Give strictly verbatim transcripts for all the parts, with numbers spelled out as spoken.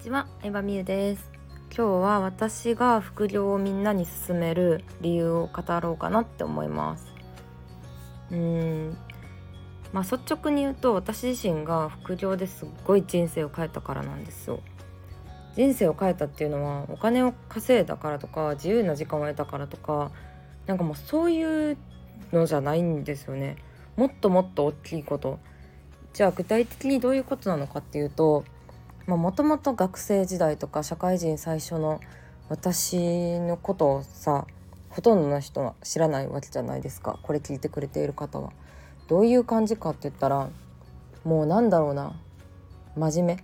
ちは、相葉美優です。今日は私が副業をみんなに勧める理由を語ろうかなって思います。うーんまあ率直に言うと、私自身が副業ですっごい人生を変えたからなんですよ。人生を変えたっていうのは、お金を稼いだからとか自由な時間を得たからとか、なんかもうそういうのじゃないんですよね。もっともっと大きいこと。じゃあ具体的にどういうことなのかっていうと、もともと学生時代とか社会人最初の私のことをさ、ほとんどの人は知らないわけじゃないですか。これ聞いてくれている方はどういう感じかって言ったら、もうなんだろうな、真面目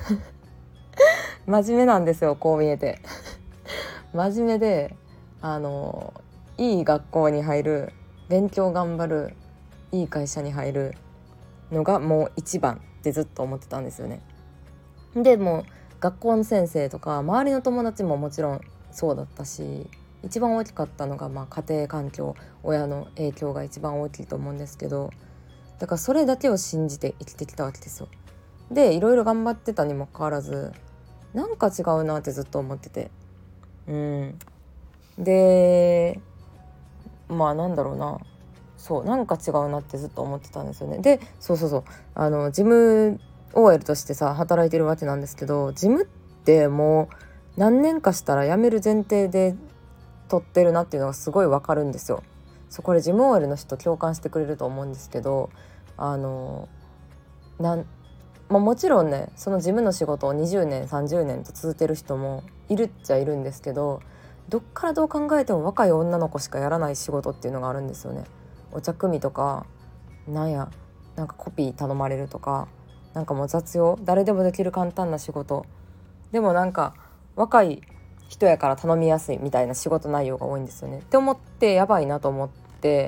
真面目なんですよ。こう見えて真面目で、あのいい学校に入る、勉強頑張る、いい会社に入るのがもう一番ってずっと思ってたんですよね。でも学校の先生とか周りの友達ももちろんそうだったし、一番大きかったのがまあ家庭環境、親の影響が一番大きいと思うんですけど、だからそれだけを信じて生きてきたわけですよ。でいろいろ頑張ってたにもかかわらず、なんか違うなってずっと思ってて、うんでまあなんだろうな、そうなんか違うなってずっと思ってたんですよね。でそうそうそう、あの事務 オーエル としてさ働いてるわけなんですけど、事務ってもう何年かしたら辞める前提で取ってるなっていうのがすごいわかるんですよ。そうこれ事務 オーエル の人共感してくれると思うんですけど、あのなん、まあ、もちろんね、その事務の仕事をにじゅうねんさんじゅうねんと続ける人もいるっちゃいるんですけど、どっからどう考えても若い女の子しかやらない仕事っていうのがあるんですよね。お茶組とか、なんやなんかコピー頼まれるとか、なんかもう雑用、誰でもできる簡単な仕事でもなんか若い人やから頼みやすいみたいな仕事内容が多いんですよねって思って、やばいなと思って、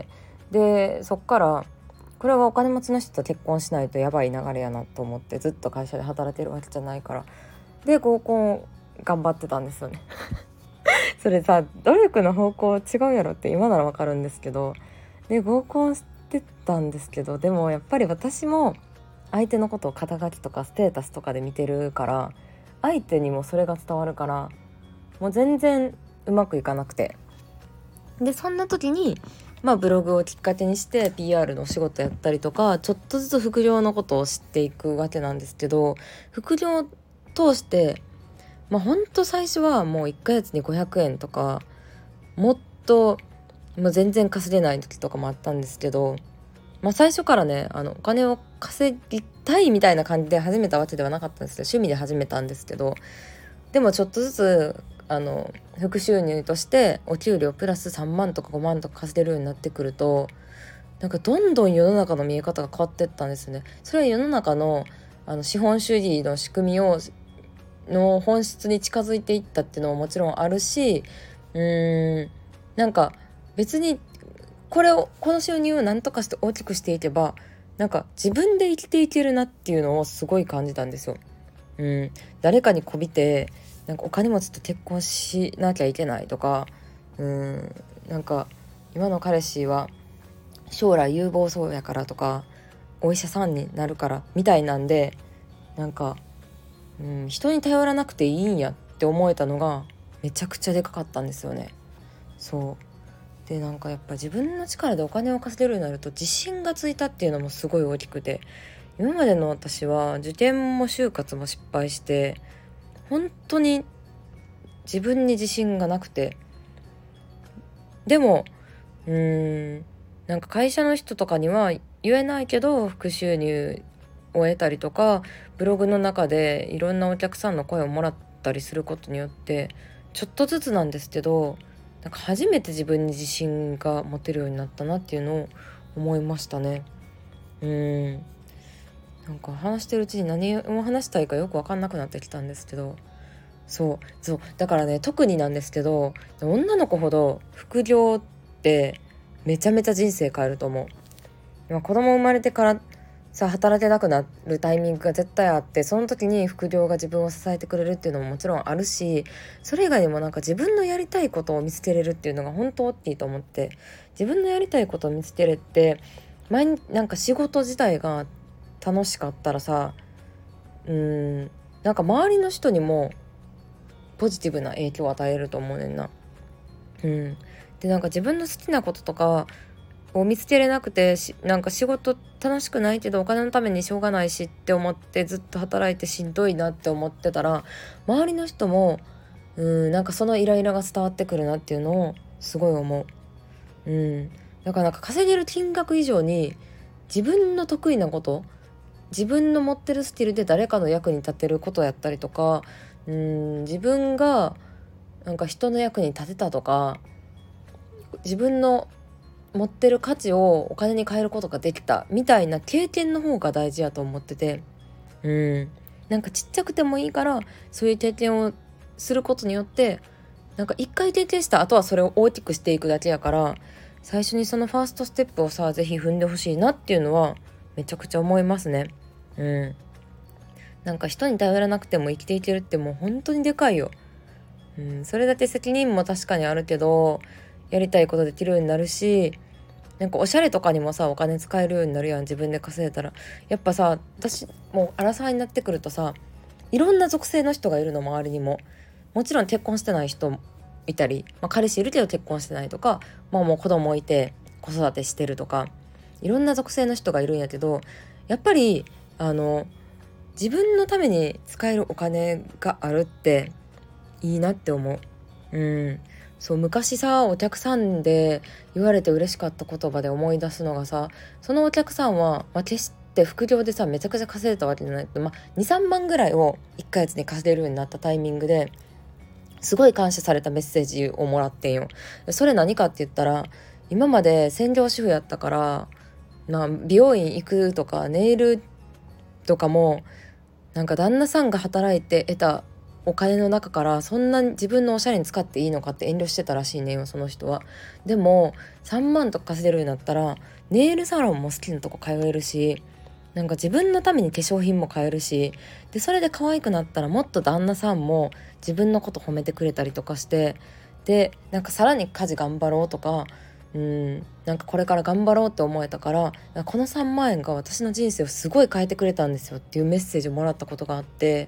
でそっからこれはお金持ちの人と結婚しないとやばい流れやなと思って、ずっと会社で働いてるわけじゃないから、で合コン頑張ってたんですよねそれさ、努力の方向違うやろって今ならわかるんですけど、で合コンしてたんですけど、でもやっぱり私も相手のことを肩書きとかステータスとかで見てるから、相手にもそれが伝わるから、もう全然うまくいかなくて、でそんな時にまあブログをきっかけにして ピーアール のお仕事やったりとか、ちょっとずつ副業のことを知っていくわけなんですけど、副業を通してまあほんと最初はもういっかげつにごひゃくえんとか、もっともう全然稼げない時とかもあったんですけど、まあ最初からね、あのお金を稼ぎたいみたいな感じで始めたわけではなかったんですよ。趣味で始めたんですけど、でもちょっとずつあの副収入としてお給料プラスさんまんとかごまんとか稼げるようになってくると、なんかどんどん世の中の見え方が変わっていったんですね。それは世の中のあの資本主義の仕組みをの本質に近づいていったっていうのももちろんあるし、うーんなんか別にこれをこの収入を何とかして大きくしていけば、なんか自分で生きていけるなっていうのをすごい感じたんですよ。うん、誰かにこびてなんかお金持ちと結婚しなきゃいけないとか、うん、なんか今の彼氏は将来有望そうやからとか、お医者さんになるからみたいなんで、なんか、うん、人に頼らなくていいんやって思えたのがめちゃくちゃでかかったんですよね。そうで、なんかやっぱ自分の力でお金を稼げるようになると自信がついたっていうのもすごい大きくて、今までの私は受験も就活も失敗して、本当に自分に自信がなくて、でもうーんなんか会社の人とかには言えないけど副収入を得たりとか、ブログの中でいろんなお客さんの声をもらったりすることによって、ちょっとずつなんですけど、なんか初めて自分に自信が持てるようになったなっていうのを思いましたね。うーんなんか話してるうちに何を話したいかよく分かんなくなってきたんですけど、そうそうだからね、特になんですけど、女の子ほど副業ってめちゃめちゃ人生変えると思う。今子供生まれてからさ、働けなくなるタイミングが絶対あって、その時に副業が自分を支えてくれるっていうのももちろんあるし、それ以外にもなんか自分のやりたいことを見つけれるっていうのが本当大きいと思って、自分のやりたいことを見つけれって毎日なんか仕事自体が楽しかったらさ、うーんなんか周りの人にもポジティブな影響を与えると思うねんな。うん、でなんか自分の好きなこととかを見つけれなくてしなんか仕事楽しくないけどお金のためにしょうがないしって思ってずっと働いてしんどいなって思ってたら、周りの人もうんなんかそのイライラが伝わってくるなっていうのをすごい思う。うん、だからなんか稼げる金額以上に自分の得意なこと、自分の持ってるスキルで誰かの役に立てることやったりとか、うん自分がなんか人の役に立てたとか、自分の持ってる価値をお金に変えることができたみたいな経験の方が大事やと思ってて、うんなんかちっちゃくてもいいからそういう経験をすることによって、なんか一回経験した後はそれを大きくしていくだけやから、最初にそのファーストステップをさぜひ踏んでほしいなっていうのはめちゃくちゃ思いますね。うんなんか人に頼らなくても生きていけるってもう本当にでかいよ。うん、それだけ責任も確かにあるけどやりたいことできるようになるし、なんかおしゃれとかにもさお金使えるようになるやん、自分で稼いだら。やっぱさ私もうアラサーになってくるとさ、いろんな属性の人がいるの、周りにも。もちろん結婚してない人もいたり、まあ、彼氏いるけど結婚してないとか、まあ、もう子供いて子育てしてるとか、いろんな属性の人がいるんやけど、やっぱりあの自分のために使えるお金があるっていいなって思う。うんそう昔さお客さんで言われて嬉しかった言葉で思い出すのがさ、そのお客さんは、まあ、決して副業でさめちゃくちゃ稼いでたわけじゃないけど、まあ、にさんまんぐらいをいっかげつに稼げるようになったタイミングですごい感謝されたメッセージをもらってんよ。それ何かって言ったら、今まで専業主婦やったからな、美容院行くとかネイルとかもなんか旦那さんが働いて得たお金の中からそんなに自分のおしゃれに使っていいのかって遠慮してたらしいねよ、その人は。でもさんまんとか稼げるようになったらネイルサロンも好きなとこ通えるし、なんか自分のために化粧品も買えるし、でそれで可愛くなったらもっと旦那さんも自分のこと褒めてくれたりとかして、でなんかさらに家事頑張ろうとか、うんなんかこれから頑張ろうって思えたから、このさんまん円が私の人生をすごい変えてくれたんですよっていうメッセージをもらったことがあって、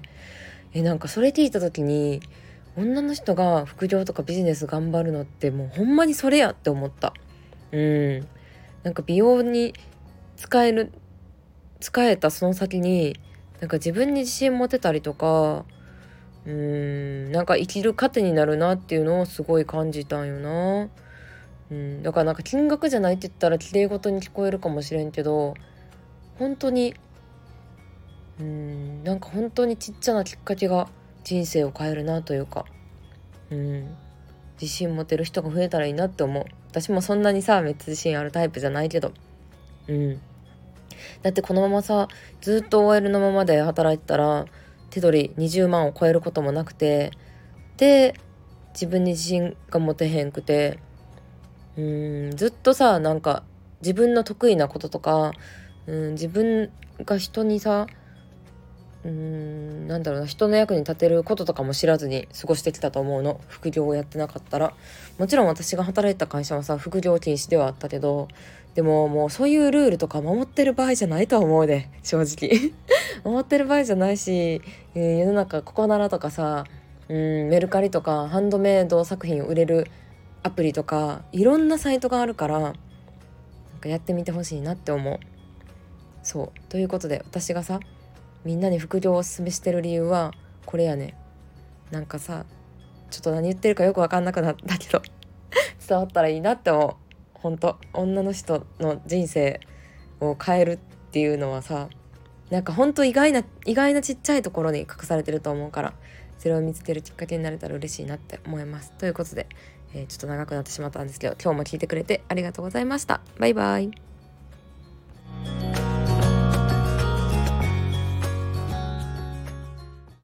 えなんかそれ聞いた時に、女の人が副業とかビジネス頑張るのってもうほんまにそれやって思った。うんなんか美容に使える使えたその先になんか自分に自信持てたりとか、うーんなんか生きる糧になるなっていうのをすごい感じたんよな。うん、だからなんか金額じゃないって言ったら綺麗事に聞こえるかもしれんけど、本当にうーんなんか本当にちっちゃなきっかけが人生を変えるなというか、うん自信持てる人が増えたらいいなって思う。私もそんなにさめっちゃ自信あるタイプじゃないけど、うんだってこのままさずっと オーエル のままで働いてたら手取りにじゅうまんを超えることもなくて、で自分に自信が持てへんくて、うーんずっとさなんか自分の得意なこととか、うん自分が人にさうーんなんだろうな人の役に立てることとかも知らずに過ごしてきたと思うの、副業をやってなかったら。もちろん私が働いた会社はさ副業禁止ではあったけど、でももうそういうルールとか守ってる場合じゃないと思うで、正直守ってる場合じゃないし、えー世の中ココナラとかさ、うんメルカリとかハンドメイド作品を売れるアプリとかいろんなサイトがあるから、なんかやってみてほしいなって思う。そうということで私がさみんなに副業をおすすめしてる理由はこれやね。なんかさちょっと何言ってるかよく分かんなくなったけど伝わったらいいなって思う。本当女の人の人生を変えるっていうのはさ、なんか本当意外な意外なちっちゃいところに隠されてると思うから、それを見つけるきっかけになれたら嬉しいなって思います。ということで、えー、ちょっと長くなってしまったんですけど、今日も聞いてくれてありがとうございました。バイバイ。